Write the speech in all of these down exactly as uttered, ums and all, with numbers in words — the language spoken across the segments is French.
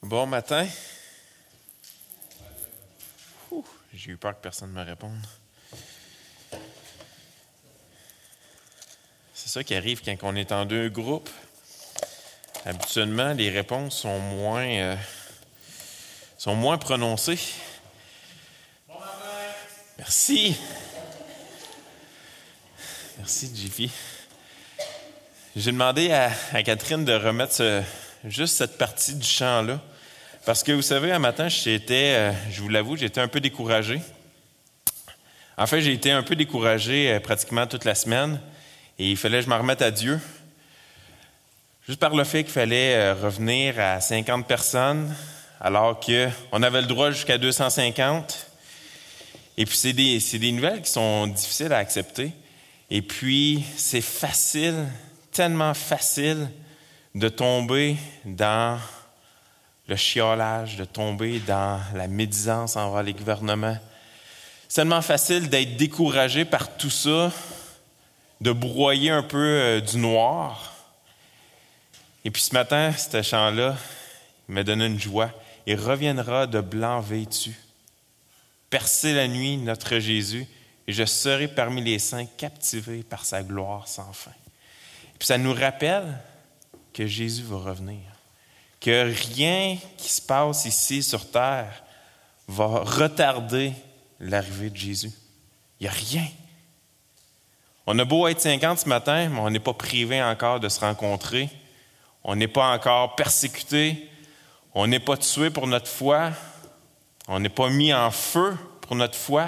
Bon matin. Ouh, j'ai eu peur que personne ne me réponde. C'est ça qui arrive quand on est en deux groupes. Habituellement, les réponses sont moins, euh, sont moins prononcées. Bon matin. Merci. Merci, Jiffy. J'ai demandé à, à Catherine de remettre ce, juste cette partie du chant-là. Parce que, vous savez, un matin, j'étais, euh, je vous l'avoue, j'étais un peu découragé. En fait, j'ai été un peu découragé euh, pratiquement toute la semaine. Et il fallait que je m'en remette à Dieu. Juste par le fait qu'il fallait euh, revenir à cinquante personnes, alors qu'on avait le droit jusqu'à deux cent cinquante. Et puis, c'est des, c'est des nouvelles qui sont difficiles à accepter. Et puis, c'est facile, tellement facile de tomber dans le chiolage, de tomber dans la médisance envers les gouvernements. C'est tellement facile d'être découragé par tout ça, de broyer un peu euh, du noir. Et puis ce matin, ce chant-là, il m'a donné une joie. Il reviendra de blanc vêtu. Percez la nuit, notre Jésus, et je serai parmi les saints captivés par sa gloire sans fin. Et puis ça nous rappelle que Jésus va revenir. Que rien qui se passe ici sur terre va retarder l'arrivée de Jésus. Il n'y a rien. On a beau être cinquante ce matin, mais on n'est pas privé encore de se rencontrer. On n'est pas encore persécuté. On n'est pas tué pour notre foi. On n'est pas mis en feu pour notre foi.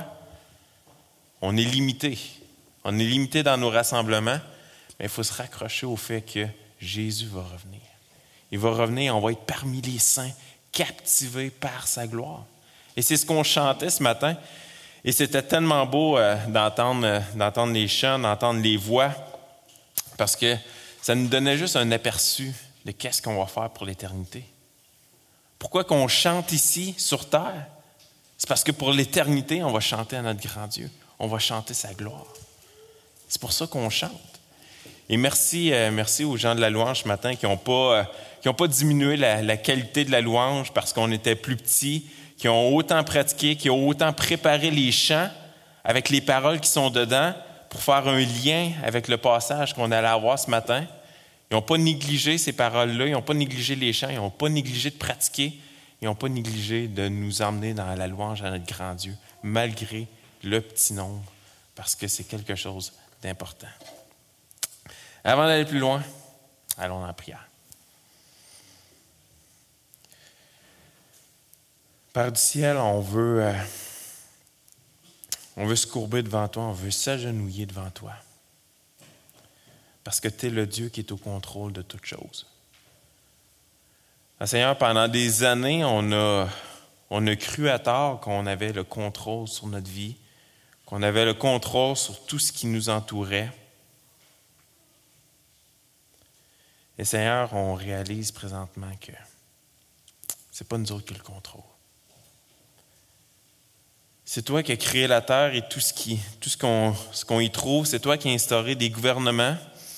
On est limité. On est limité dans nos rassemblements, mais il faut se raccrocher au fait que Jésus va revenir. Il va revenir, on va être parmi les saints, captivés par sa gloire. Et c'est ce qu'on chantait ce matin. Et c'était tellement beau euh, d'entendre, euh, d'entendre les chants, d'entendre les voix, parce que ça nous donnait juste un aperçu de qu'est-ce qu'on va faire pour l'éternité. Pourquoi qu'on chante ici, sur terre? C'est parce que pour l'éternité, on va chanter à notre grand Dieu. On va chanter sa gloire. C'est pour ça qu'on chante. Et merci, euh, merci aux gens de la louange ce matin qui n'ont pas, euh, qui n'ont pas diminué la, la qualité de la louange parce qu'on était plus petits, qui ont autant pratiqué, qui ont autant préparé les chants avec les paroles qui sont dedans pour faire un lien avec le passage qu'on allait avoir ce matin. Ils n'ont pas négligé ces paroles-là, ils n'ont pas négligé les chants, ils n'ont pas négligé de pratiquer, ils n'ont pas négligé de nous emmener dans la louange à notre grand Dieu, malgré le petit nombre, parce que c'est quelque chose d'important. Avant d'aller plus loin, allons en prière. Père du ciel, on veut, euh, on veut se courber devant toi, on veut s'agenouiller devant toi. Parce que tu es le Dieu qui est au contrôle de toutes choses. Seigneur, pendant des années, on a, on a cru à tort qu'on avait le contrôle sur notre vie, qu'on avait le contrôle sur tout ce qui nous entourait. Et Seigneur, on réalise présentement que c'est pas nous autres qui le contrôle. C'est toi qui as créé la terre et tout ce, qui, tout ce qu'on, ce qu'on y trouve. C'est toi qui as instauré des gouvernements.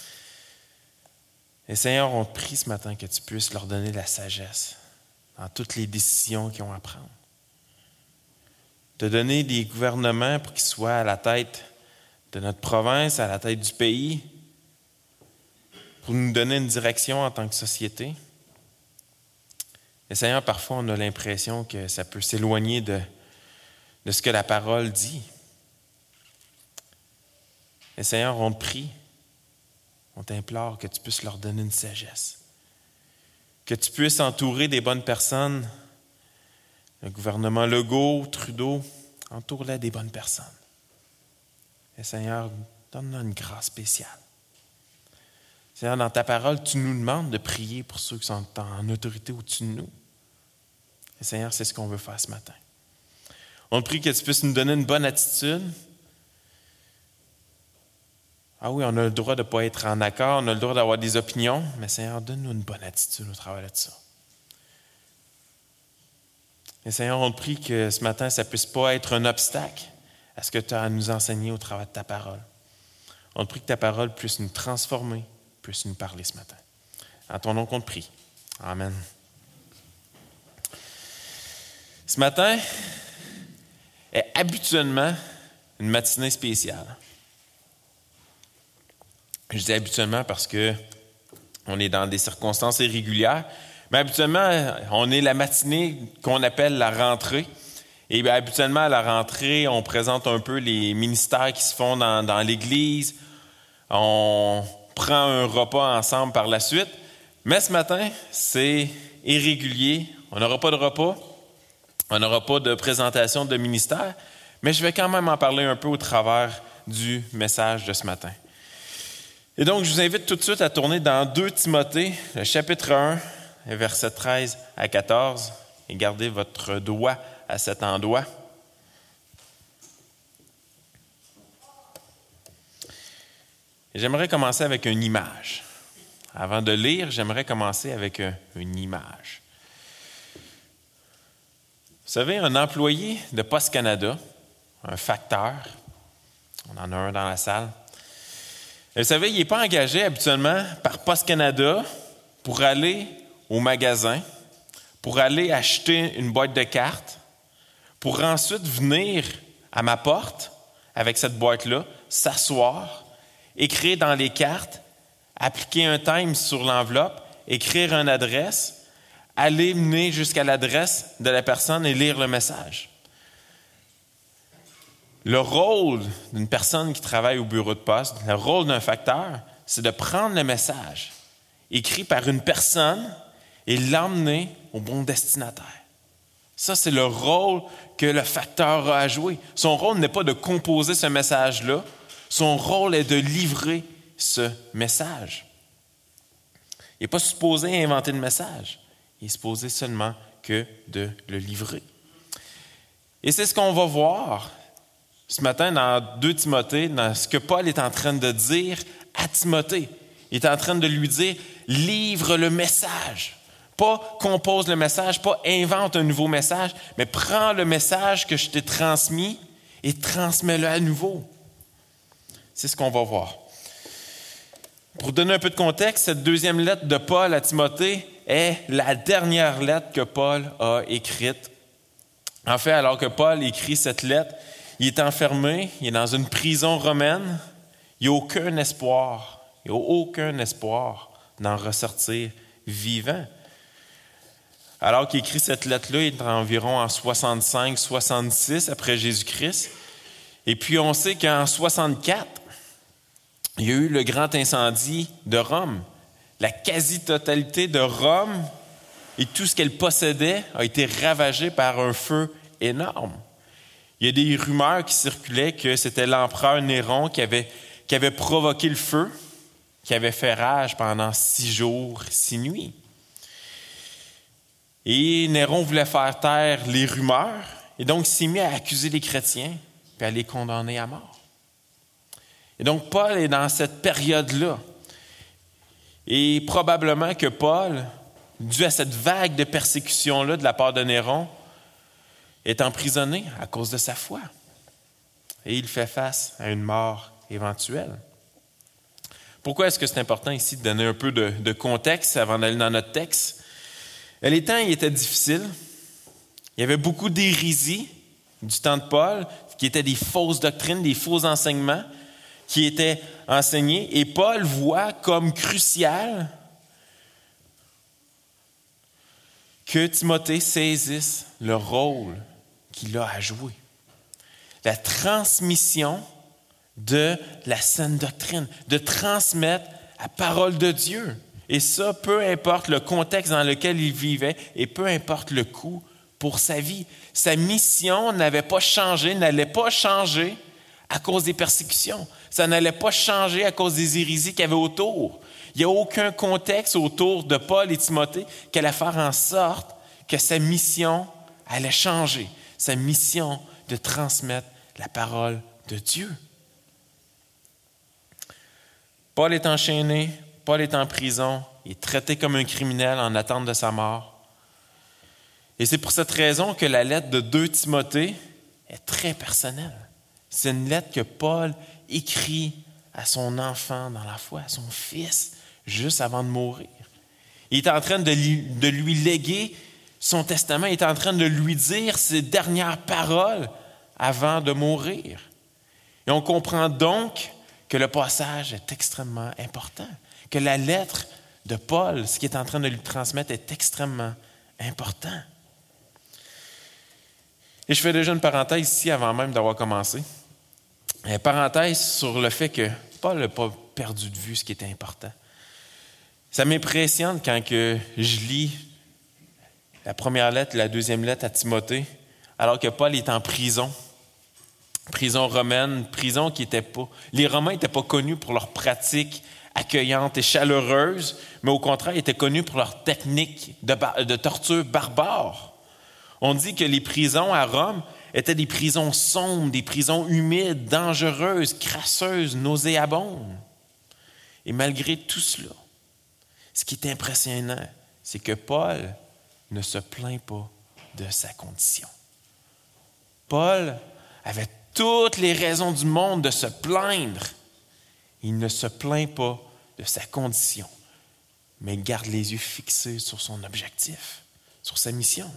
Et Seigneur, on te prie ce matin que tu puisses leur donner la sagesse dans toutes les décisions qu'ils ont à prendre. De donner des gouvernements pour qu'ils soient à la tête de notre province, à la tête du pays, pour nous donner une direction en tant que société. Et Seigneur, parfois, on a l'impression que ça peut s'éloigner de, de ce que la parole dit. Et Seigneur, on te prie, on t'implore que tu puisses leur donner une sagesse, que tu puisses entourer des bonnes personnes, le gouvernement Legault, Trudeau, entoure-les des bonnes personnes. Et Seigneur, donne-nous une grâce spéciale. Seigneur, dans ta parole, tu nous demandes de prier pour ceux qui sont en autorité au-dessus de nous. Et Seigneur, c'est ce qu'on veut faire ce matin. On te prie que tu puisses nous donner une bonne attitude. Ah oui, on a le droit de ne pas être en accord, on a le droit d'avoir des opinions, mais Seigneur, donne-nous une bonne attitude au travers de ça. Et Seigneur, on te prie que ce matin, ça ne puisse pas être un obstacle à ce que tu as à nous enseigner au travers de ta parole. On te prie que ta parole puisse nous transformer, puisse nous parler ce matin. En ton nom qu'on te prie. Amen. Ce matin est habituellement une matinée spéciale. Je dis habituellement parce que on est dans des circonstances irrégulières, mais habituellement, on est la matinée qu'on appelle la rentrée. Et bien, habituellement, à la rentrée, on présente un peu les ministères qui se font dans, dans l'Église. On prend un repas ensemble par la suite. Mais ce matin, c'est irrégulier. On n'aura pas de repas. On n'aura pas de présentation de ministère. Mais je vais quand même en parler un peu au travers du message de ce matin. Et donc, je vous invite tout de suite à tourner dans deux Timothée, le chapitre un, versets treize à quatorze, et gardez votre doigt à cet endroit. Et j'aimerais commencer avec une image. Avant de lire, j'aimerais commencer avec un, une image. Vous savez, un employé de Poste Canada, un facteur, on en a un dans la salle. Et vous savez, il n'est pas engagé habituellement par Poste Canada pour aller au magasin, pour aller acheter une boîte de cartes, pour ensuite venir à ma porte avec cette boîte-là, s'asseoir, écrire dans les cartes, appliquer un time sur l'enveloppe, écrire une adresse, aller mener jusqu'à l'adresse de la personne et lire le message. Le rôle d'une personne qui travaille au bureau de poste, le rôle d'un facteur, c'est de prendre le message écrit par une personne et l'emmener au bon destinataire. Ça, c'est le rôle que le facteur a à jouer. Son rôle n'est pas de composer ce message-là. Son rôle est de livrer ce message. Il n'est pas supposé inventer le message. Il est supposé seulement que de le livrer. Et c'est ce qu'on va voir ce matin dans deux Timothée, dans ce que Paul est en train de dire à Timothée. Il est en train de lui dire « livre le message ». Pas compose le message, pas invente un nouveau message, mais prends le message que je t'ai transmis et transmets-le à nouveau. C'est ce qu'on va voir. Pour donner un peu de contexte, cette deuxième lettre de Paul à Timothée est la dernière lettre que Paul a écrite. En fait, alors que Paul écrit cette lettre, il est enfermé, il est dans une prison romaine, il n'y a aucun espoir, il n'y a aucun espoir d'en ressortir vivant. Alors qu'il écrit cette lettre-là, il est environ en soixante-cinq soixante-six après Jésus-Christ. Et puis on sait qu'en soixante-quatre, il y a eu le grand incendie de Rome. La quasi-totalité de Rome et tout ce qu'elle possédait a été ravagé par un feu énorme. Il y a des rumeurs qui circulaient que c'était l'empereur Néron qui avait, qui avait provoqué le feu, qui avait fait rage pendant six jours, six nuits. Et Néron voulait faire taire les rumeurs, et donc il s'est mis à accuser les chrétiens, puis à les condamner à mort. Et donc Paul est dans cette période-là. Et probablement que Paul, dû à cette vague de persécution-là de la part de Néron, est emprisonné à cause de sa foi. Et il fait face à une mort éventuelle. Pourquoi est-ce que c'est important ici de donner un peu de, de contexte avant d'aller dans notre texte? Les temps étaient difficiles. Il y avait beaucoup d'hérésies du temps de Paul, qui étaient des fausses doctrines, des faux enseignements qui étaient enseignés. Et Paul voit comme crucial que Timothée saisisse le rôle qu'il a à jouer. La transmission de la saine doctrine, de transmettre la parole de Dieu. Et ça, peu importe le contexte dans lequel il vivait et peu importe le coût pour sa vie. Sa mission n'avait pas changé, n'allait pas changer à cause des persécutions. Ça n'allait pas changer à cause des hérésies qu'il y avait autour. Il n'y a aucun contexte autour de Paul et Timothée qui allait faire en sorte que sa mission allait changer. Sa mission de transmettre la parole de Dieu. Paul est enchaîné. Paul est en prison, il est traité comme un criminel en attente de sa mort. Et c'est pour cette raison que la lettre de deux Timothée est très personnelle. C'est une lettre que Paul écrit à son enfant dans la foi, à son fils, juste avant de mourir. Il est en train de lui, de lui léguer son testament, il est en train de lui dire ses dernières paroles avant de mourir. Et on comprend donc que le passage est extrêmement important, que la lettre de Paul, ce qu'il est en train de lui transmettre, est extrêmement important. Et je fais déjà une parenthèse ici avant même d'avoir commencé. Une parenthèse sur le fait que Paul n'a pas perdu de vue ce qui était important. Ça m'impressionne quand que je lis la première lettre, la deuxième lettre à Timothée, alors que Paul est en prison. Prison romaine, prison qui n'était pas... Les Romains n'étaient pas connus pour leur pratique accueillante et chaleureuse, mais au contraire, ils étaient connus pour leur technique de, bar- de torture barbare. On dit que les prisons à Rome étaient des prisons sombres, des prisons humides, dangereuses, crasseuses, nauséabondes. Et malgré tout cela, ce qui est impressionnant, c'est que Paul ne se plaint pas de sa condition. Paul avait toutes les raisons du monde de se plaindre. Il ne se plaint pas de sa condition, mais garde les yeux fixés sur son objectif, sur sa mission.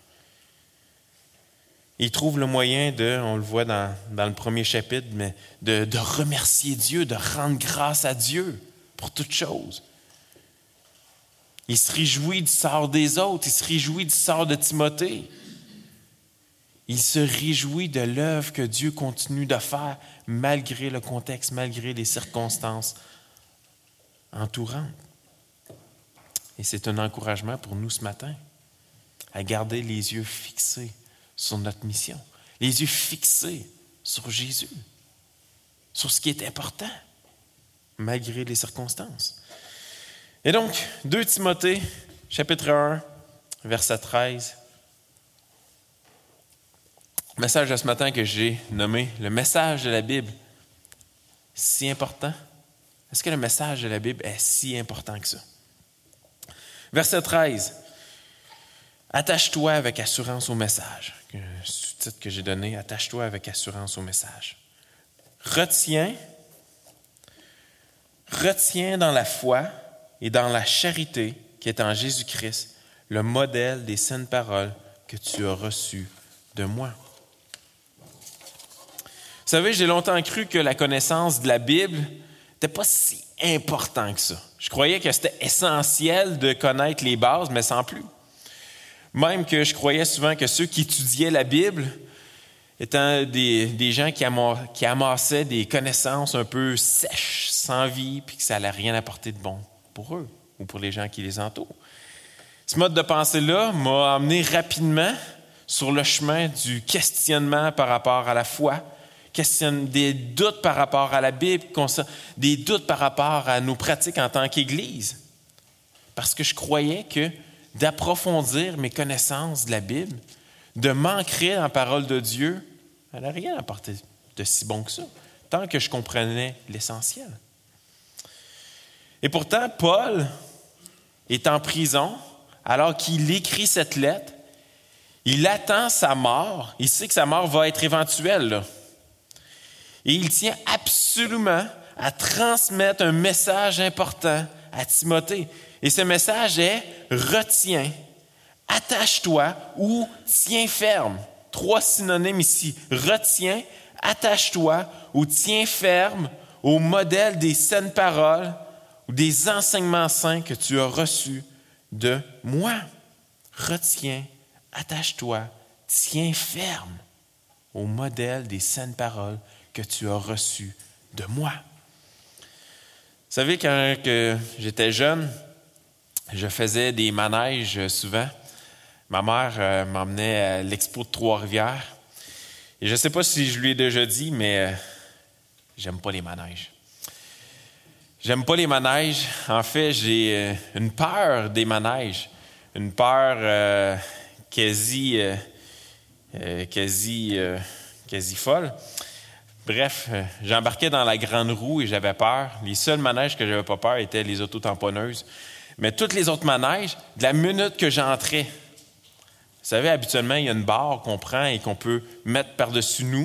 Il trouve le moyen de, on le voit dans, dans le premier chapitre, mais de, de remercier Dieu, de rendre grâce à Dieu pour toutes choses. Il se réjouit du sort des autres, il se réjouit du sort de Timothée. Il se réjouit de l'œuvre que Dieu continue de faire malgré le contexte, malgré les circonstances entourantes. Et c'est un encouragement pour nous ce matin, à garder les yeux fixés sur notre mission, les yeux fixés sur Jésus, sur ce qui est important, malgré les circonstances. Et donc, deux Timothée, chapitre un, verset treize. Le message de ce matin que j'ai nommé « Le message de la Bible ». Si important? Est-ce que le message de la Bible est si important que ça? Verset treize. « Attache-toi avec assurance au message ». Le sous-titre que j'ai donné, « Attache-toi avec assurance au message ». Retiens, retiens dans la foi et dans la charité qui est en Jésus-Christ le modèle des saintes paroles que tu as reçues de moi. Vous savez, j'ai longtemps cru que la connaissance de la Bible n'était pas si important que ça. Je croyais que c'était essentiel de connaître les bases, mais sans plus. Même que je croyais souvent que ceux qui étudiaient la Bible étant des, des gens qui, ama- qui amassaient des connaissances un peu sèches, sans vie, puis que ça n'allait rien apporter de bon pour eux ou pour les gens qui les entourent. Ce mode de pensée-là m'a amené rapidement sur le chemin du questionnement par rapport à la foi, questionne des doutes par rapport à la Bible, des doutes par rapport à nos pratiques en tant qu'Église. Parce que je croyais que d'approfondir mes connaissances de la Bible, de m'ancrer dans la parole de Dieu, elle n'a rien apporté de si bon que ça, tant que je comprenais l'essentiel. Et pourtant, Paul est en prison, alors qu'il écrit cette lettre, il attend sa mort, il sait que sa mort va être éventuelle, là. Et il tient absolument à transmettre un message important à Timothée. Et ce message est « Retiens, attache-toi » ou « Tiens ferme ». Trois synonymes ici. « Retiens, attache-toi » ou « Tiens ferme » au modèle des saines paroles ou des enseignements saints que tu as reçus de moi. Retiens, attache-toi, tiens ferme au modèle des saines paroles que tu as reçues de moi. Vous savez, quand que j'étais jeune, je faisais des manèges souvent. Ma mère euh, m'emmenait à l'expo de Trois-Rivières. Et je ne sais pas si je lui ai déjà dit, mais euh, j'aime pas les manèges. J'aime pas les manèges. En fait, j'ai euh, une peur des manèges. Une peur euh, quasi, euh, euh, quasi, euh, quasi folle. Bref, euh, j'embarquais dans la grande roue et j'avais peur. Les seuls manèges que j'avais pas peur étaient les autotamponneuses. Mais toutes les autres manèges, de la minute que j'entrais, vous savez, habituellement, il y a une barre qu'on prend et qu'on peut mettre par-dessus nous.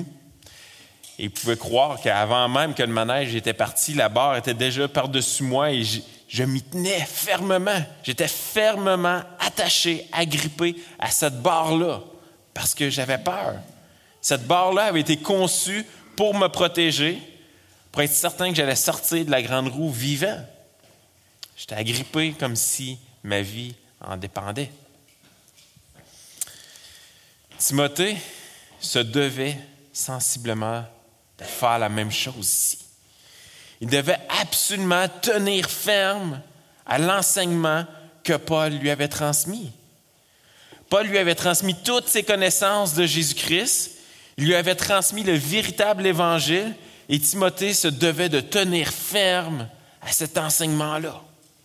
Et vous pouvez croire qu'avant même que le manège était parti, la barre était déjà par-dessus moi et je m'y tenais fermement. J'étais fermement attaché, agrippé à cette barre-là parce que j'avais peur. Cette barre-là avait été conçue pour me protéger, pour être certain que j'allais sortir de la grande roue vivant. J'étais agrippé comme si ma vie en dépendait. Timothée se devait sensiblement de faire la même chose ici. Il devait absolument tenir ferme à l'enseignement que Paul lui avait transmis. Paul lui avait transmis toutes ses connaissances de Jésus-Christ. Il lui avait transmis le véritable évangile et Timothée se devait de tenir ferme à cet enseignement-là.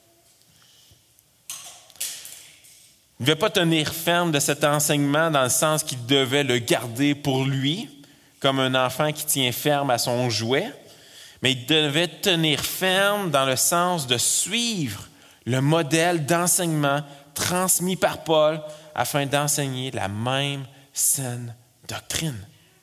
Il ne devait pas tenir ferme de cet enseignement dans le sens qu'il devait le garder pour lui, comme un enfant qui tient ferme à son jouet, mais il devait tenir ferme dans le sens de suivre le modèle d'enseignement transmis par Paul afin d'enseigner la même saine doctrine.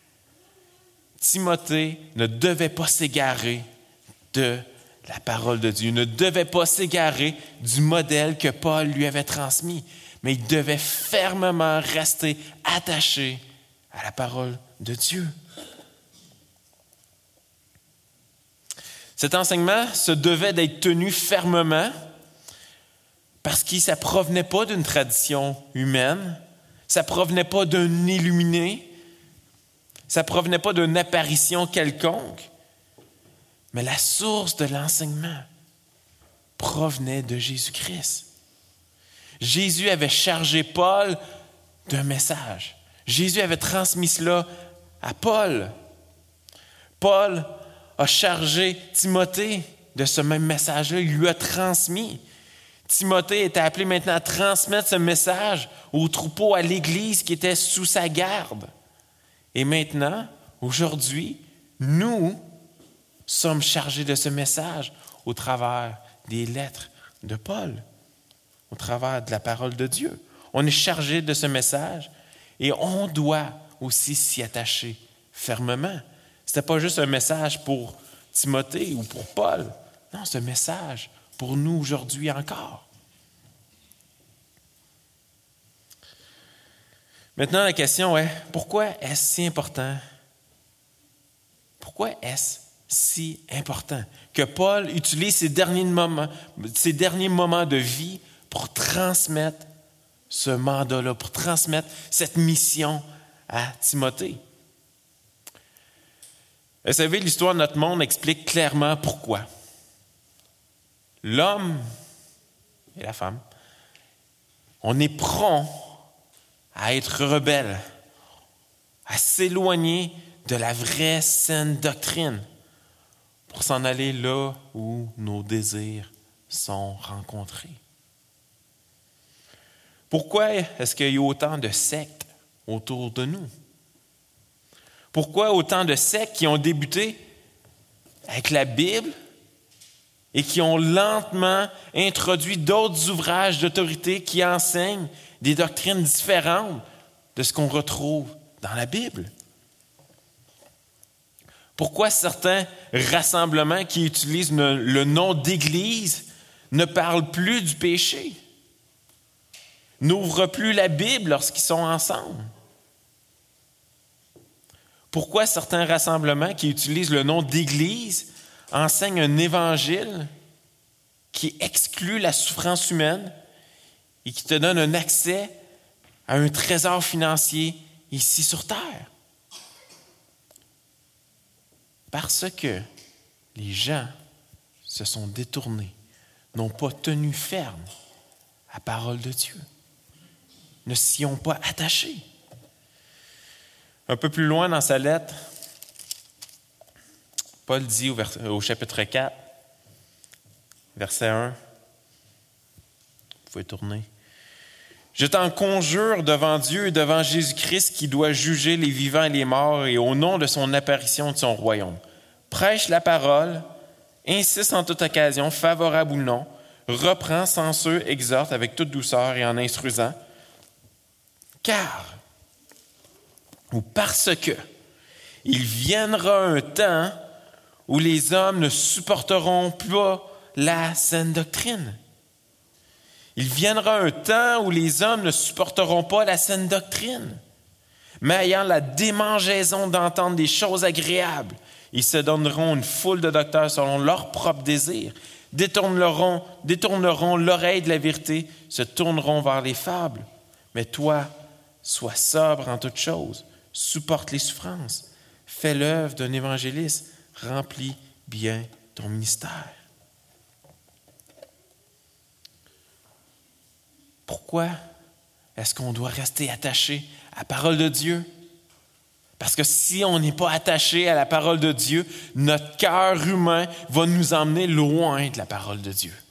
Timothée ne devait pas s'égarer de la parole de Dieu, il ne devait pas s'égarer du modèle que Paul lui avait transmis, mais il devait fermement rester attaché à la parole de Dieu. Cet enseignement se devait d'être tenu fermement parce que ça ne provenait pas d'une tradition humaine, ça ne provenait pas d'un illuminé, ça ne provenait pas d'une apparition quelconque, mais la source de l'enseignement provenait de Jésus-Christ. Jésus avait chargé Paul d'un message. Jésus avait transmis cela à Paul. Paul a chargé Timothée de ce même message-là. Il lui a transmis. Timothée était appelé maintenant à transmettre ce message au troupeau, à l'Église qui était sous sa garde. Et maintenant, aujourd'hui, nous sommes chargés de ce message au travers des lettres de Paul, au travers de la parole de Dieu. On est chargé de ce message et on doit aussi s'y attacher fermement. Ce n'était pas juste un message pour Timothée ou pour Paul. Non, c'est un message pour nous aujourd'hui encore. Maintenant, la question est, pourquoi est-ce si important? Pourquoi est-ce si important que Paul utilise ses derniers moments, ses derniers moments de vie pour transmettre ce mandat-là, pour transmettre cette mission à Timothée? Vous savez, l'histoire de notre monde explique clairement pourquoi. L'homme et la femme, on est prompt à être rebelle, à s'éloigner de la vraie saine doctrine pour s'en aller là où nos désirs sont rencontrés. Pourquoi est-ce qu'il y a autant de sectes autour de nous? Pourquoi autant de sectes qui ont débuté avec la Bible et qui ont lentement introduit d'autres ouvrages d'autorité qui enseignent des doctrines différentes de ce qu'on retrouve dans la Bible? Pourquoi certains rassemblements qui utilisent le, le nom d'Église ne parlent plus du péché, n'ouvrent plus la Bible lorsqu'ils sont ensemble? Pourquoi certains rassemblements qui utilisent le nom d'Église enseignent un évangile qui exclut la souffrance humaine et qui te donne un accès à un trésor financier ici sur terre? Parce que les gens se sont détournés, n'ont pas tenu ferme à la parole de Dieu, ne s'y ont pas attachés. Un peu plus loin dans sa lettre, Paul dit au, vers, au chapitre quatre, verset un, vous pouvez tourner. « Je t'en conjure devant Dieu et devant Jésus-Christ qui doit juger les vivants et les morts et au nom de son apparition de son royaume. Prêche la parole, insiste en toute occasion, favorable ou non, reprend, censure, exhorte avec toute douceur et en instruisant, car ou parce que il viendra un temps où les hommes ne supporteront pas la saine doctrine. Il viendra un temps où les hommes ne supporteront pas la saine doctrine, mais ayant la démangeaison d'entendre des choses agréables, ils se donneront une foule de docteurs selon leurs propres désirs, détourneront, détourneront l'oreille de la vérité, se tourneront vers les fables. Mais toi, sois sobre en toutes choses, supporte les souffrances, fais l'œuvre d'un évangéliste, remplis bien ton ministère. Pourquoi est-ce qu'on doit rester attaché à la parole de Dieu? Parce que si on n'est pas attaché à la parole de Dieu, notre cœur humain va nous emmener loin de la parole de Dieu.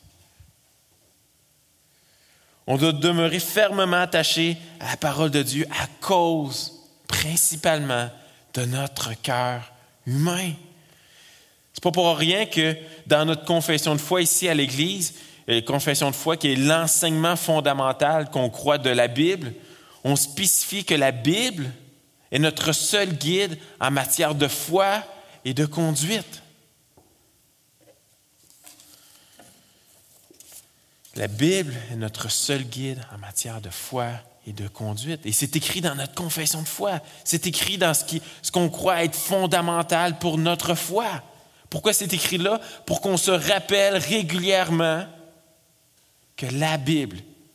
On doit demeurer fermement attaché à la parole de Dieu à cause, principalement, de notre cœur humain. C'est pas pour rien que dans notre confession de foi ici à l'Église, la confession de foi qui est l'enseignement fondamental qu'on croit de la Bible, on spécifie que la Bible est notre seul guide en matière de foi et de conduite. La Bible est notre seul guide en matière de foi et de conduite. Et c'est écrit dans notre confession de foi. C'est écrit dans ce, qui, ce qu'on croit être fondamental pour notre foi. Pourquoi c'est écrit là? Pour qu'on se rappelle régulièrement que la Bible,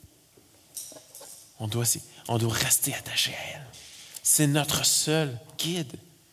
on doit, on doit rester attaché à elle. C'est notre seul guide.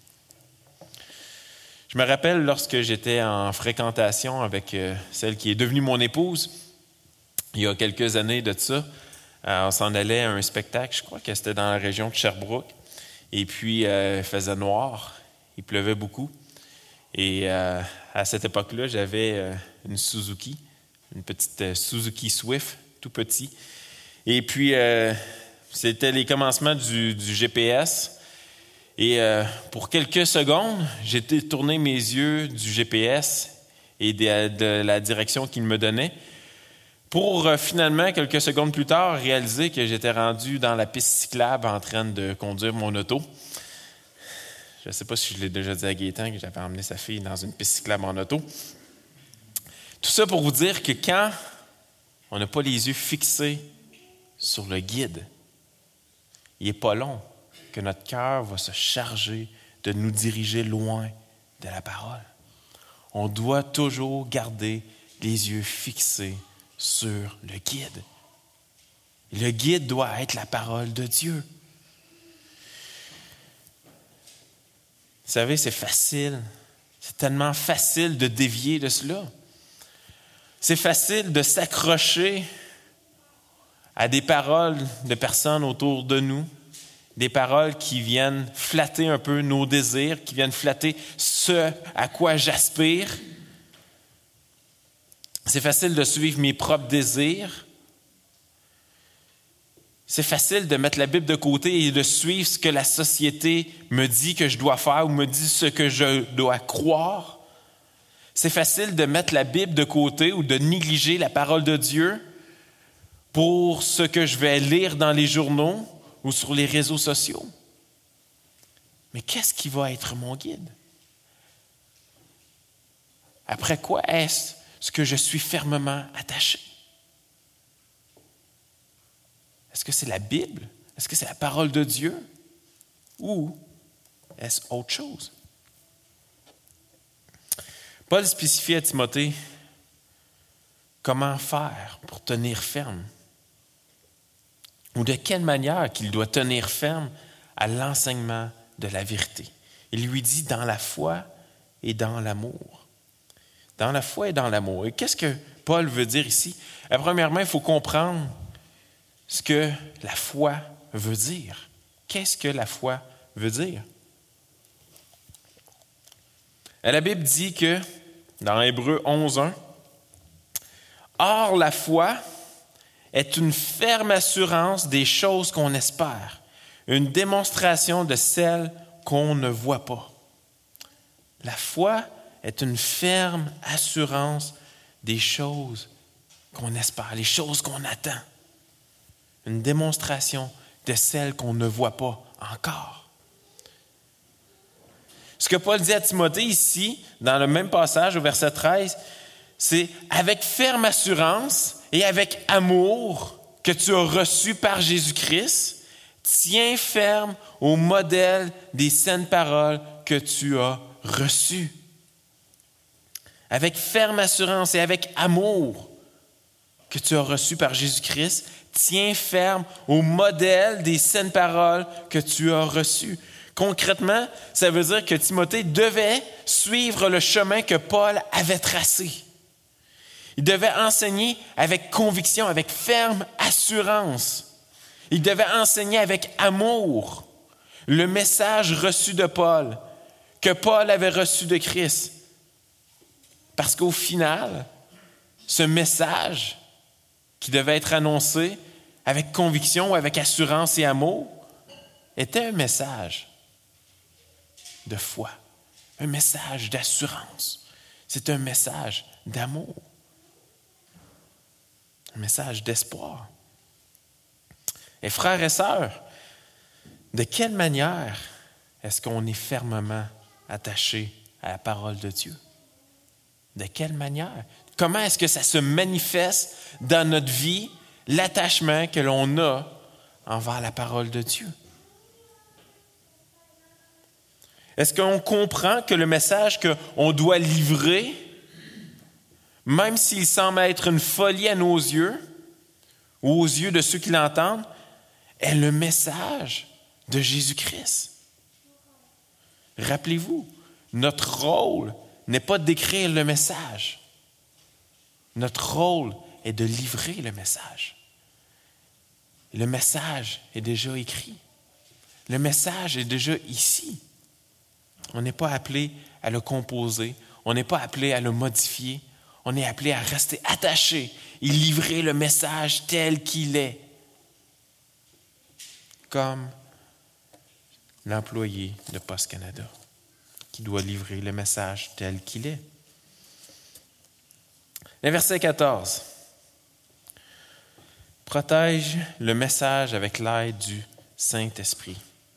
Je me rappelle lorsque j'étais en fréquentation avec celle qui est devenue mon épouse, il y a quelques années de ça, on s'en allait à un spectacle, je crois que c'était dans la région de Sherbrooke, et puis euh, il faisait noir, il pleuvait beaucoup, et euh, à cette époque-là, j'avais euh, une Suzuki, une petite euh, Suzuki Swift, tout petit, et puis euh, c'était les commencements du, du G P S. Et euh, pour quelques secondes, j'ai tourné mes yeux du G P S et de, de la direction qu'il me donnait pour euh, finalement, quelques secondes plus tard, réaliser que j'étais rendu dans la piste cyclable en train de conduire mon auto. Je ne sais pas si je l'ai déjà dit à Gaétan que j'avais emmené sa fille dans une piste cyclable en auto. Tout ça pour vous dire que quand on n'a pas les yeux fixés sur le guide, il n'est pas long que notre cœur va se charger de nous diriger loin de la parole. On doit toujours garder les yeux fixés sur le guide. Le guide doit être la parole de Dieu. Vous savez, c'est facile. C'est tellement facile de dévier de cela. C'est facile de s'accrocher à des paroles de personnes autour de nous, des paroles qui viennent flatter un peu nos désirs, qui viennent flatter ce à quoi j'aspire. C'est facile de suivre mes propres désirs. C'est facile de mettre la Bible de côté et de suivre ce que la société me dit que je dois faire ou me dit ce que je dois croire. C'est facile de mettre la Bible de côté ou de négliger la parole de Dieu pour ce que je vais lire dans les journaux ou sur les réseaux sociaux. Mais qu'est-ce qui va être mon guide? Après quoi est-ce ce que je suis fermement attaché? Est-ce que c'est la Bible? Est-ce que c'est la parole de Dieu? Ou est-ce autre chose? Paul spécifie à Timothée comment faire pour tenir ferme, ou de quelle manière qu'il doit tenir ferme à l'enseignement de la vérité. Il lui dit dans la foi et dans l'amour. Dans la foi et dans l'amour. Et qu'est-ce que Paul veut dire ici? Et premièrement, il faut comprendre ce que la foi veut dire. Qu'est-ce que la foi veut dire? Et la Bible dit que, dans Hébreux onze un, « Or, la foi est une ferme assurance des choses qu'on espère, une démonstration de celles qu'on ne voit pas. » La foi est une ferme assurance des choses qu'on espère, les choses qu'on attend. Une démonstration de celles qu'on ne voit pas encore. Ce que Paul dit à Timothée ici, dans le même passage au verset treize, c'est avec ferme assurance et avec amour que tu as reçu par Jésus-Christ, tiens ferme au modèle des saines paroles que tu as reçues. Avec ferme assurance et avec amour que tu as reçu par Jésus-Christ, tiens ferme au modèle des saines paroles que tu as reçues. Concrètement, ça veut dire que Timothée devait suivre le chemin que Paul avait tracé. Il devait enseigner avec conviction, avec ferme assurance. Il devait enseigner avec amour le message reçu de Paul, que Paul avait reçu de Christ. Parce qu'au final, ce message qui devait être annoncé avec conviction, avec assurance et amour, était un message de foi, un message d'assurance. C'est un message d'amour, un message d'espoir. Et frères et sœurs, de quelle manière est-ce qu'on est fermement attaché à la parole de Dieu? De quelle manière? Comment est-ce que ça se manifeste dans notre vie, l'attachement que l'on a envers la parole de Dieu? Est-ce qu'on comprend que le message qu'on doit livrer, même s'il semble être une folie à nos yeux ou aux yeux de ceux qui l'entendent, est le message de Jésus-Christ? Rappelez-vous, notre rôle n'est pas d'écrire le message. Notre rôle est de livrer le message. Le message est déjà écrit. Le message est déjà ici. On n'est pas appelé à le composer. On n'est pas appelé à le modifier. On est appelé à rester attaché et livrer le message tel qu'il est. Comme l'employé de Poste Canada qui doit livrer le message tel qu'il est. Le verset quatorze. Protège le message avec l'aide du Saint-Esprit.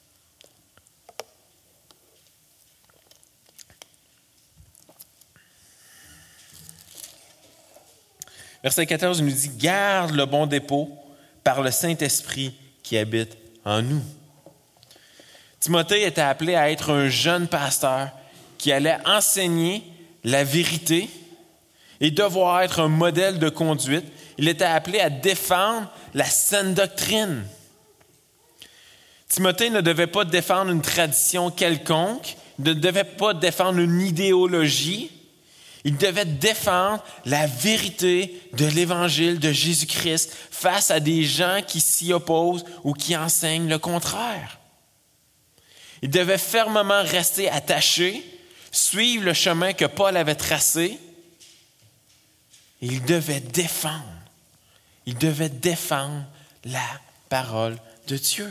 Verset quatorze nous dit « Garde le bon dépôt par le Saint-Esprit qui habite en nous. » Timothée était appelé à être un jeune pasteur qui allait enseigner la vérité et devoir être un modèle de conduite. Il était appelé à défendre la saine doctrine. Timothée ne devait pas défendre une tradition quelconque, ne devait pas défendre une idéologie. Il devait défendre la vérité de l'Évangile de Jésus-Christ face à des gens qui s'y opposent ou qui enseignent le contraire. Il devait fermement rester attaché, suivre le chemin que Paul avait tracé. Et il devait défendre. Il devait défendre la parole de Dieu.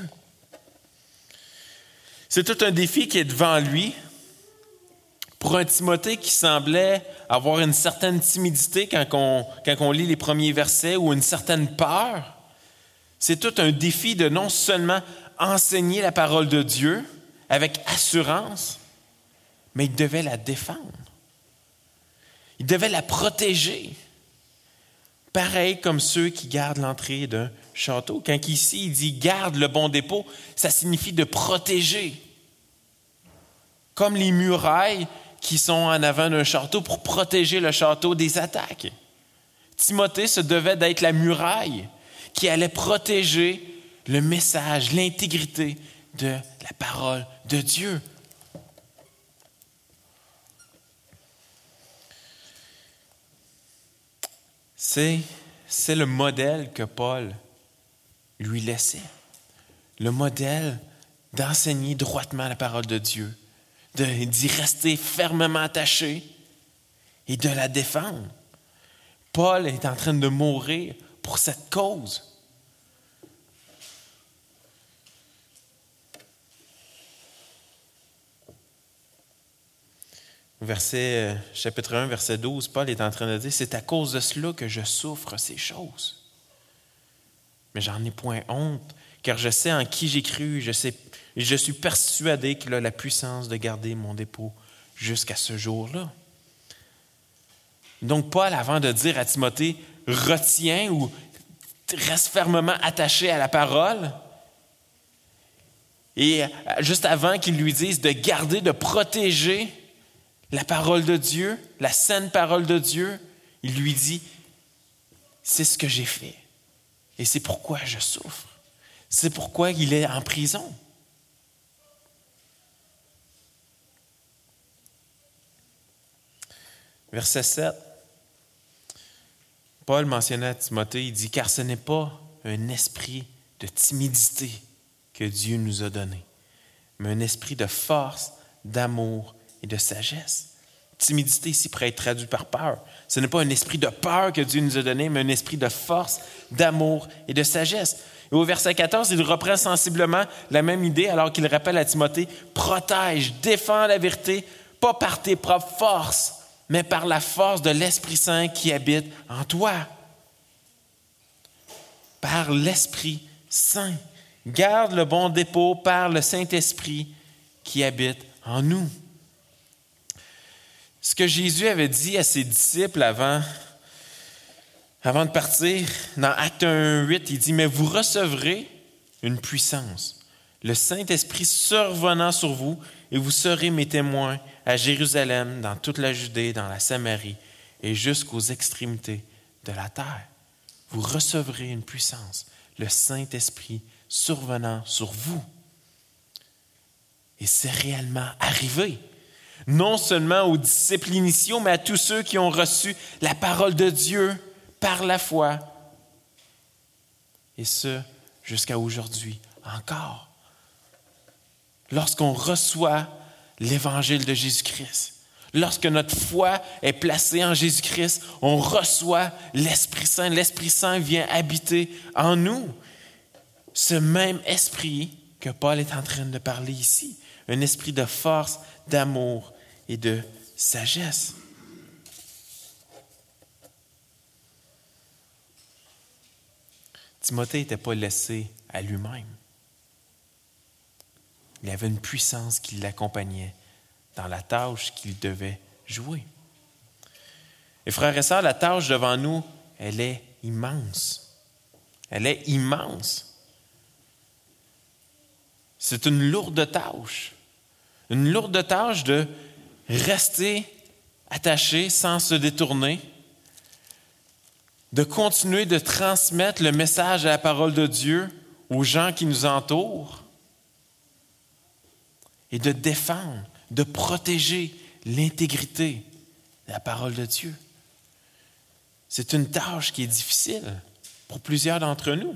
C'est tout un défi qui est devant lui. Pour un Timothée qui semblait avoir une certaine timidité quand on, quand on lit les premiers versets ou une certaine peur, c'est tout un défi de non seulement enseigner la parole de Dieu avec assurance, mais il devait la défendre. Il devait la protéger. Pareil comme ceux qui gardent l'entrée d'un château. Quand ici, il dit « garde le bon dépôt », ça signifie de protéger. Comme les murailles qui sont en avant d'un château pour protéger le château des attaques. Timothée se devait d'être la muraille qui allait protéger le message, l'intégrité de la parole de Dieu. C'est, c'est le modèle que Paul lui laissait. Le modèle d'enseigner droitement la parole de Dieu, de, d'y rester fermement attaché et de la défendre. Paul est en train de mourir pour cette cause. Verset, chapitre un, verset douze, Paul est en train de dire « C'est à cause de cela que je souffre ces choses. Mais j'en ai point honte, car je sais en qui j'ai cru, je sais, et je suis persuadé qu'il a la puissance de garder mon dépôt jusqu'à ce jour-là. » Donc Paul, avant de dire à Timothée, retiens ou reste fermement attaché à la parole, et juste avant qu'il lui dise de garder, de protéger la parole de Dieu, la saine parole de Dieu, il lui dit, c'est ce que j'ai fait. Et c'est pourquoi je souffre. C'est pourquoi il est en prison. Verset sept. Paul mentionnait à Timothée, il dit, car ce n'est pas un esprit de timidité que Dieu nous a donné, mais un esprit de force, d'amour et de sagesse. Timidité ici pourrait être traduit par peur. Ce n'est pas un esprit de peur que Dieu nous a donné, mais un esprit de force, d'amour et de sagesse. Et au verset quatorze, il reprend sensiblement la même idée alors qu'il rappelle à Timothée, protège, défends la vérité, pas par tes propres forces, mais par la force de l'Esprit Saint qui habite en toi. Par l'Esprit Saint. Garde le bon dépôt par le Saint-Esprit qui habite en nous. Ce que Jésus avait dit à ses disciples avant, avant de partir, dans Actes un huit, il dit, « Mais vous recevrez une puissance, le Saint-Esprit survenant sur vous, et vous serez mes témoins à Jérusalem, dans toute la Judée, dans la Samarie, et jusqu'aux extrémités de la terre. Vous recevrez une puissance, le Saint-Esprit survenant sur vous. » Et c'est réellement arrivé. Non seulement aux disciples initiaux, mais à tous ceux qui ont reçu la parole de Dieu par la foi. Et ce, jusqu'à aujourd'hui encore. Lorsqu'on reçoit l'évangile de Jésus-Christ, lorsque notre foi est placée en Jésus-Christ, on reçoit l'Esprit Saint. L'Esprit Saint vient habiter en nous. Ce même esprit que Paul est en train de parler ici. Un esprit de force, d'amour et de sagesse. Timothée n'était pas laissé à lui-même. Il avait une puissance qui l'accompagnait dans la tâche qu'il devait jouer. Et frères et sœurs, la tâche devant nous, elle est immense. Elle est immense. C'est une lourde tâche. Une lourde tâche de rester attaché sans se détourner, de continuer de transmettre le message de la parole de Dieu aux gens qui nous entourent et de défendre, de protéger l'intégrité de la parole de Dieu. C'est une tâche qui est difficile pour plusieurs d'entre nous.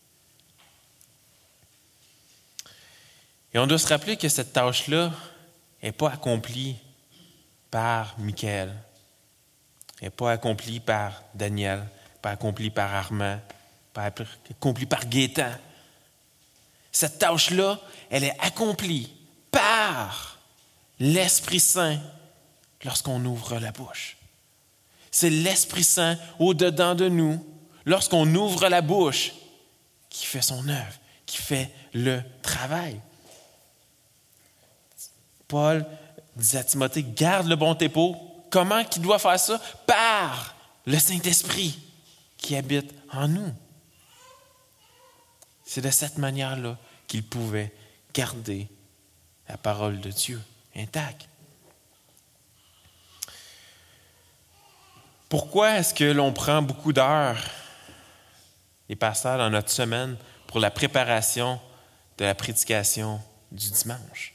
Et on doit se rappeler que cette tâche-là n'est pas accomplie par Michael, n'est pas accomplie par Daniel, pas accomplie par Armand, pas accomplie par Gaétan. Cette tâche-là, elle est accomplie par l'Esprit Saint lorsqu'on ouvre la bouche. C'est l'Esprit Saint au-dedans de nous, lorsqu'on ouvre la bouche, qui fait son œuvre, qui fait le travail. Paul disait à Timothée, garde le bon dépôt. Comment qu'il doit faire ça? Par le Saint-Esprit qui habite en nous. C'est de cette manière-là qu'il pouvait garder la parole de Dieu intacte. Pourquoi est-ce que l'on prend beaucoup d'heures, les pasteurs, dans notre semaine pour la préparation de la prédication du dimanche?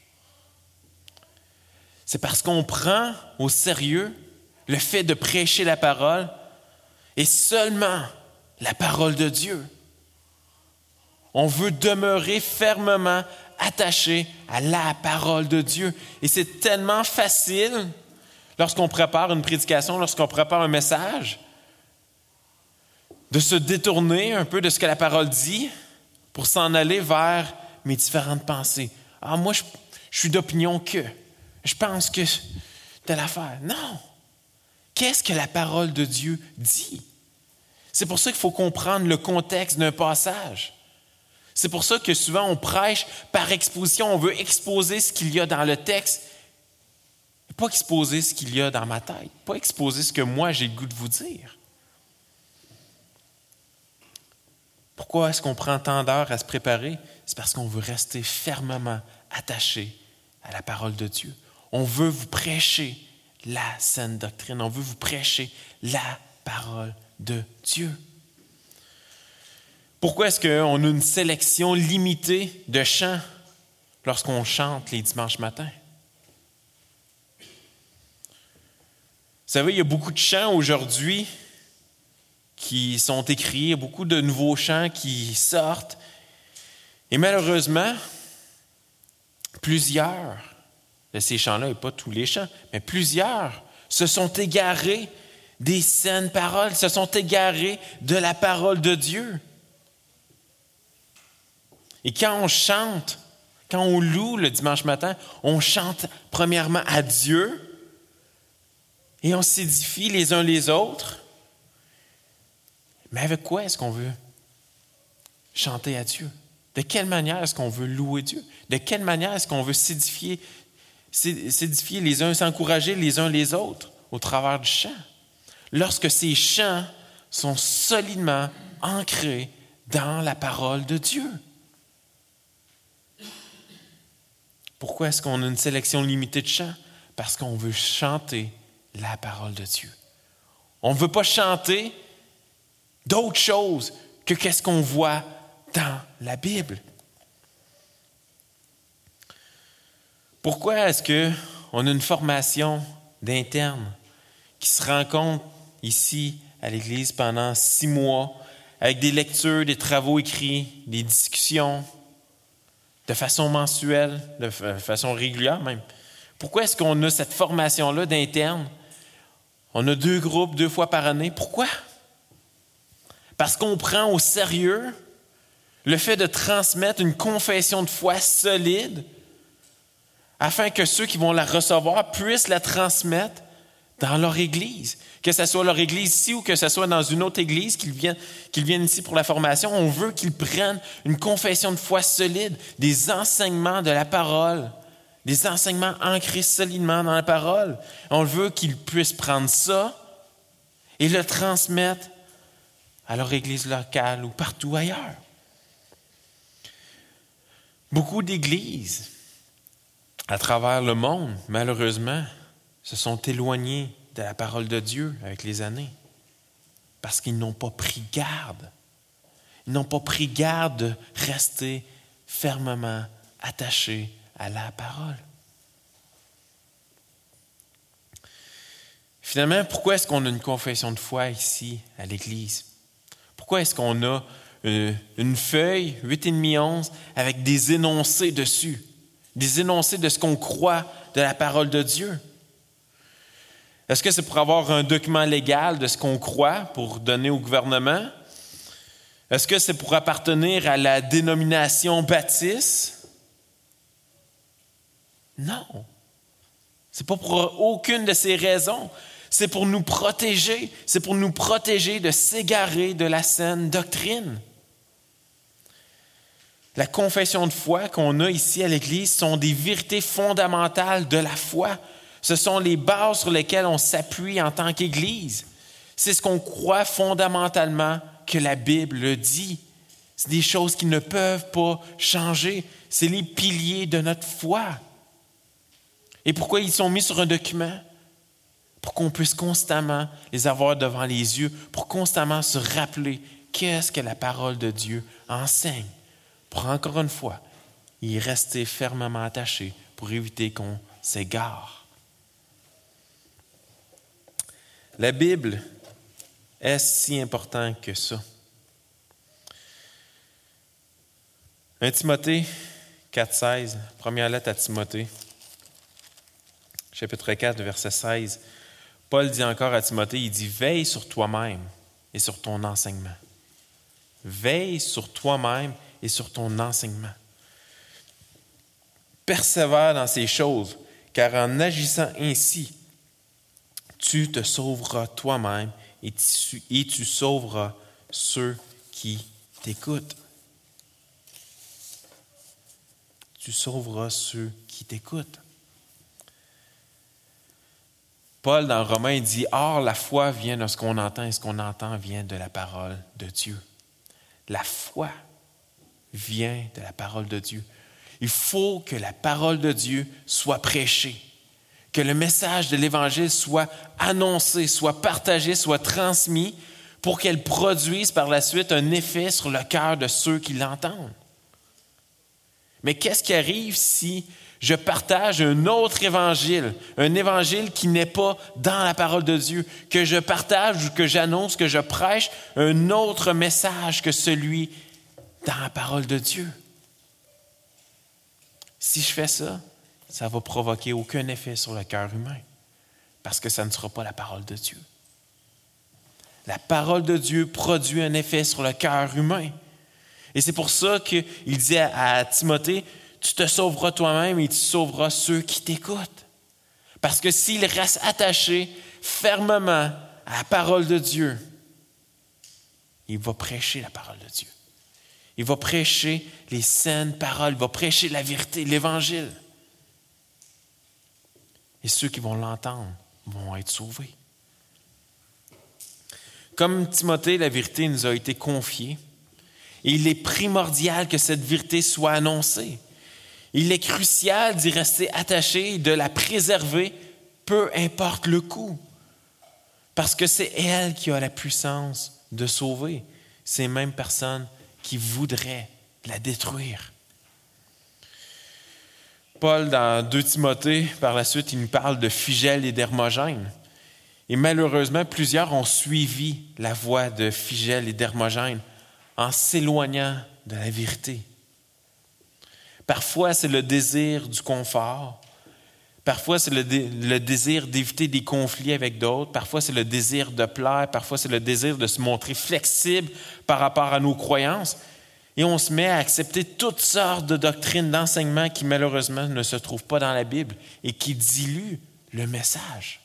C'est parce qu'on prend au sérieux le fait de prêcher la parole et seulement la parole de Dieu. On veut demeurer fermement attaché à la parole de Dieu. Et c'est tellement facile, lorsqu'on prépare une prédication, lorsqu'on prépare un message, de se détourner un peu de ce que la parole dit pour s'en aller vers mes différentes pensées. Ah, moi, je, je suis d'opinion que... Je pense que telle affaire. Non. Qu'est-ce que la parole de Dieu dit? C'est pour ça qu'il faut comprendre le contexte d'un passage. C'est pour ça que souvent on prêche par exposition. On veut exposer ce qu'il y a dans le texte. Pas exposer ce qu'il y a dans ma tête, pas exposer ce que moi j'ai le goût de vous dire. Pourquoi est-ce qu'on prend tant d'heures à se préparer? C'est parce qu'on veut rester fermement attaché à la parole de Dieu. On veut vous prêcher la saine doctrine. On veut vous prêcher la parole de Dieu. Pourquoi est-ce qu'on a une sélection limitée de chants lorsqu'on chante les dimanches matins? Vous savez, il y a beaucoup de chants aujourd'hui qui sont écrits, il y a beaucoup de nouveaux chants qui sortent. Et malheureusement, plusieurs de ces chants-là, et pas tous les chants, mais plusieurs se sont égarés des saines paroles, se sont égarés de la parole de Dieu. Et quand on chante, quand on loue le dimanche matin, on chante premièrement à Dieu et on s'édifie les uns les autres. Mais avec quoi est-ce qu'on veut chanter à Dieu? De quelle manière est-ce qu'on veut louer Dieu? De quelle manière est-ce qu'on veut s'édifier, s'édifier les uns, s'encourager les uns les autres au travers du chant? Lorsque ces chants sont solidement ancrés dans la parole de Dieu. Pourquoi est-ce qu'on a une sélection limitée de chants? Parce qu'on veut chanter la parole de Dieu. On ne veut pas chanter d'autre chose que qu'est-ce qu'on voit dans la Bible. Pourquoi est-ce qu'on a une formation d'interne qui se rencontre ici à l'Église pendant six mois avec des lectures, des travaux écrits, des discussions de façon mensuelle, de façon régulière même? Pourquoi est-ce qu'on a cette formation-là d'interne? On a deux groupes deux fois par année. Pourquoi? Parce qu'on prend au sérieux le fait de transmettre une confession de foi solide afin que ceux qui vont la recevoir puissent la transmettre dans leur Église. Que ce soit leur Église ici ou que ce soit dans une autre Église, qu'ils viennent, qu'ils viennent ici pour la formation, on veut qu'ils prennent une confession de foi solide, des enseignements de la parole, des enseignements ancrés solidement dans la parole. On veut qu'ils puissent prendre ça et le transmettre à leur Église locale ou partout ailleurs. Beaucoup d'églises à travers le monde, malheureusement, se sont éloignés de la parole de Dieu avec les années parce qu'ils n'ont pas pris garde. Ils n'ont pas pris garde de rester fermement attachés à la parole. Finalement, pourquoi est-ce qu'on a une confession de foi ici à l'Église? Pourquoi est-ce qu'on a une, une feuille huit et demi onze avec des énoncés dessus? Des énoncés de ce qu'on croit de la parole de Dieu? Est-ce que c'est pour avoir un document légal de ce qu'on croit pour donner au gouvernement? Est-ce que c'est pour appartenir à la dénomination baptiste? Non. C'est pas pour aucune de ces raisons. C'est pour nous protéger. C'est pour nous protéger de s'égarer de la saine doctrine. La confession de foi qu'on a ici à l'Église sont des vérités fondamentales de la foi. Ce sont les bases sur lesquelles on s'appuie en tant qu'Église. C'est ce qu'on croit fondamentalement que la Bible le dit. C'est des choses qui ne peuvent pas changer. C'est les piliers de notre foi. Et pourquoi ils sont mis sur un document? Pour qu'on puisse constamment les avoir devant les yeux, pour constamment se rappeler qu'est-ce que la parole de Dieu enseigne. Pour encore une fois, y rester fermement attaché pour éviter qu'on s'égare. La Bible est si importante que ça. un Timothée quatre seize, première lettre à Timothée, chapitre quatre, verset seize. Paul dit encore à Timothée, il dit « Veille sur toi-même et sur ton enseignement. » Veille sur toi-même et sur ton enseignement. Persévère dans ces choses, car en agissant ainsi, tu te sauveras toi-même et tu, et tu sauveras ceux qui t'écoutent. Tu sauveras ceux qui t'écoutent. Paul, dans Romains, il dit « Or, la foi vient de ce qu'on entend, et ce qu'on entend vient de la parole de Dieu. » La foi vient de la parole de Dieu. Il faut que la parole de Dieu soit prêchée, que le message de l'Évangile soit annoncé, soit partagé, soit transmis pour qu'elle produise par la suite un effet sur le cœur de ceux qui l'entendent. Mais qu'est-ce qui arrive si je partage un autre évangile, un évangile qui n'est pas dans la parole de Dieu, que je partage ou que j'annonce, que je prêche un autre message que celui dans la parole de Dieu? Si je fais ça, ça ne va provoquer aucun effet sur le cœur humain, parce que ça ne sera pas la parole de Dieu. La parole de Dieu produit un effet sur le cœur humain. Et c'est pour ça qu'il dit à, à Timothée, tu te sauveras toi-même et tu sauveras ceux qui t'écoutent. Parce que s'il reste attaché fermement à la parole de Dieu, il va prêcher la parole de Dieu. Il va prêcher les saines paroles, il va prêcher la vérité, l'Évangile. Et ceux qui vont l'entendre vont être sauvés. Comme Timothée, la vérité nous a été confiée. Et il est primordial que cette vérité soit annoncée. Il est crucial d'y rester attaché et de la préserver, peu importe le coût. Parce que c'est elle qui a la puissance de sauver ces mêmes personnes qui voudraient la détruire. Paul, dans deux Timothée, par la suite, il nous parle de Phygèle et d'Hermogène. Et malheureusement, plusieurs ont suivi la voie de Phygèle et d'Hermogène en s'éloignant de la vérité. Parfois, c'est le désir du confort. Parfois, c'est le, dé- le désir d'éviter des conflits avec d'autres. Parfois, c'est le désir de plaire. Parfois, c'est le désir de se montrer flexible par rapport à nos croyances. Et on se met à accepter toutes sortes de doctrines, d'enseignements qui, malheureusement, ne se trouvent pas dans la Bible et qui diluent le message.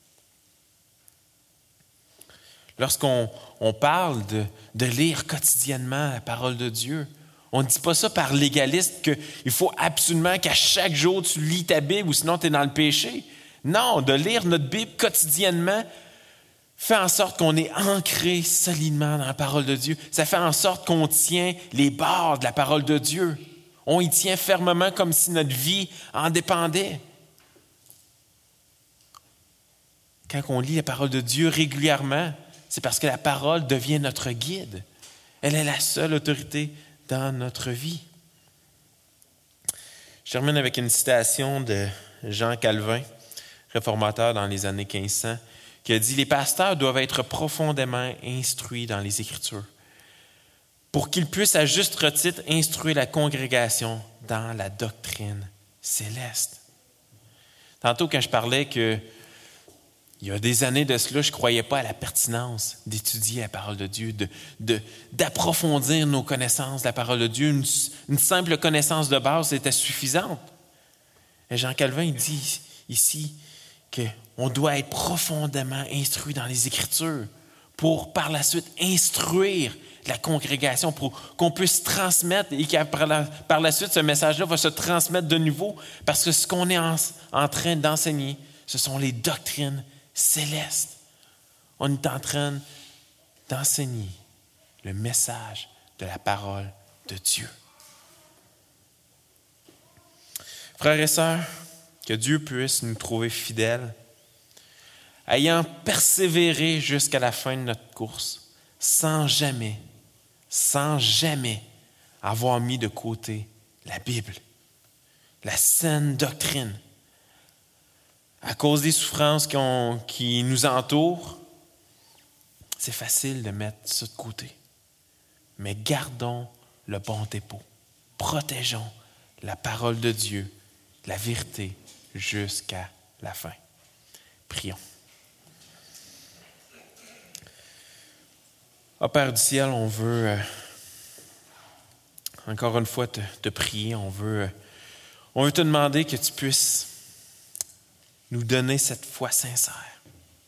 Lorsqu'on on parle de, de lire quotidiennement la parole de Dieu, on ne dit pas ça par légaliste qu'il faut absolument qu'à chaque jour tu lis ta Bible ou sinon tu es dans le péché. Non, de lire notre Bible quotidiennement fait en sorte qu'on est ancré solidement dans la parole de Dieu. Ça fait en sorte qu'on tient les barres de la parole de Dieu. On y tient fermement comme si notre vie en dépendait. Quand on lit la parole de Dieu régulièrement, c'est parce que la parole devient notre guide. Elle est la seule autorité dans notre vie. Je termine avec une citation de Jean Calvin, réformateur dans les années quinze cents, qui a dit « Les pasteurs doivent être profondément instruits dans les Écritures pour qu'ils puissent à juste titre instruire la congrégation dans la doctrine céleste. » Tantôt, quand je parlais que il y a des années de cela, je ne croyais pas à la pertinence d'étudier la parole de Dieu, de, de, d'approfondir nos connaissances de la parole de Dieu. Une, une simple connaissance de base était suffisante. Et Jean Calvin il dit ici qu'on doit être profondément instruit dans les Écritures pour par la suite instruire la congrégation, pour qu'on puisse transmettre et que par la, par la suite, ce message-là va se transmettre de nouveau parce que ce qu'on est en, en train d'enseigner, ce sont les doctrines céleste. On est en train d'enseigner le message de la parole de Dieu. Frères et sœurs, que Dieu puisse nous trouver fidèles, ayant persévéré jusqu'à la fin de notre course, sans jamais, sans jamais avoir mis de côté la Bible, la saine doctrine. À cause des souffrances qui, ont, qui nous entourent, c'est facile de mettre ça de côté. Mais gardons le bon dépôt. Protégeons la parole de Dieu, la vérité, jusqu'à la fin. Prions. Ô Père du ciel, on veut euh, encore une fois te, te prier. On veut, euh, on veut te demander que tu puisses nous donner cette foi sincère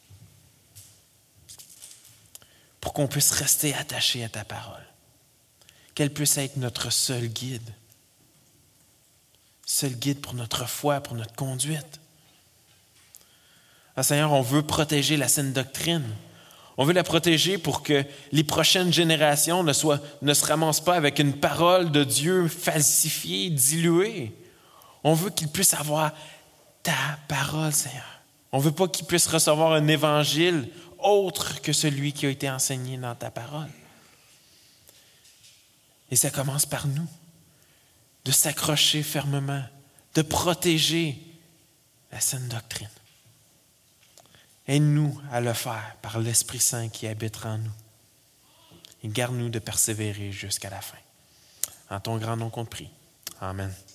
pour qu'on puisse rester attaché à ta parole, qu'elle puisse être notre seul guide, seul guide pour notre foi, pour notre conduite. Ah, Seigneur, on veut protéger la saine doctrine. On veut la protéger pour que les prochaines générations ne, soient, ne se ramassent pas avec une parole de Dieu falsifiée, diluée. On veut qu'ils puissent avoir ta parole, Seigneur. On ne veut pas qu'ils puissent recevoir un évangile autre que celui qui a été enseigné dans ta parole. Et ça commence par nous, de s'accrocher fermement, de protéger la saine doctrine. Aide-nous à le faire par l'Esprit Saint qui habitera en nous. Et garde-nous de persévérer jusqu'à la fin. En ton grand nom qu'on te prie. Amen.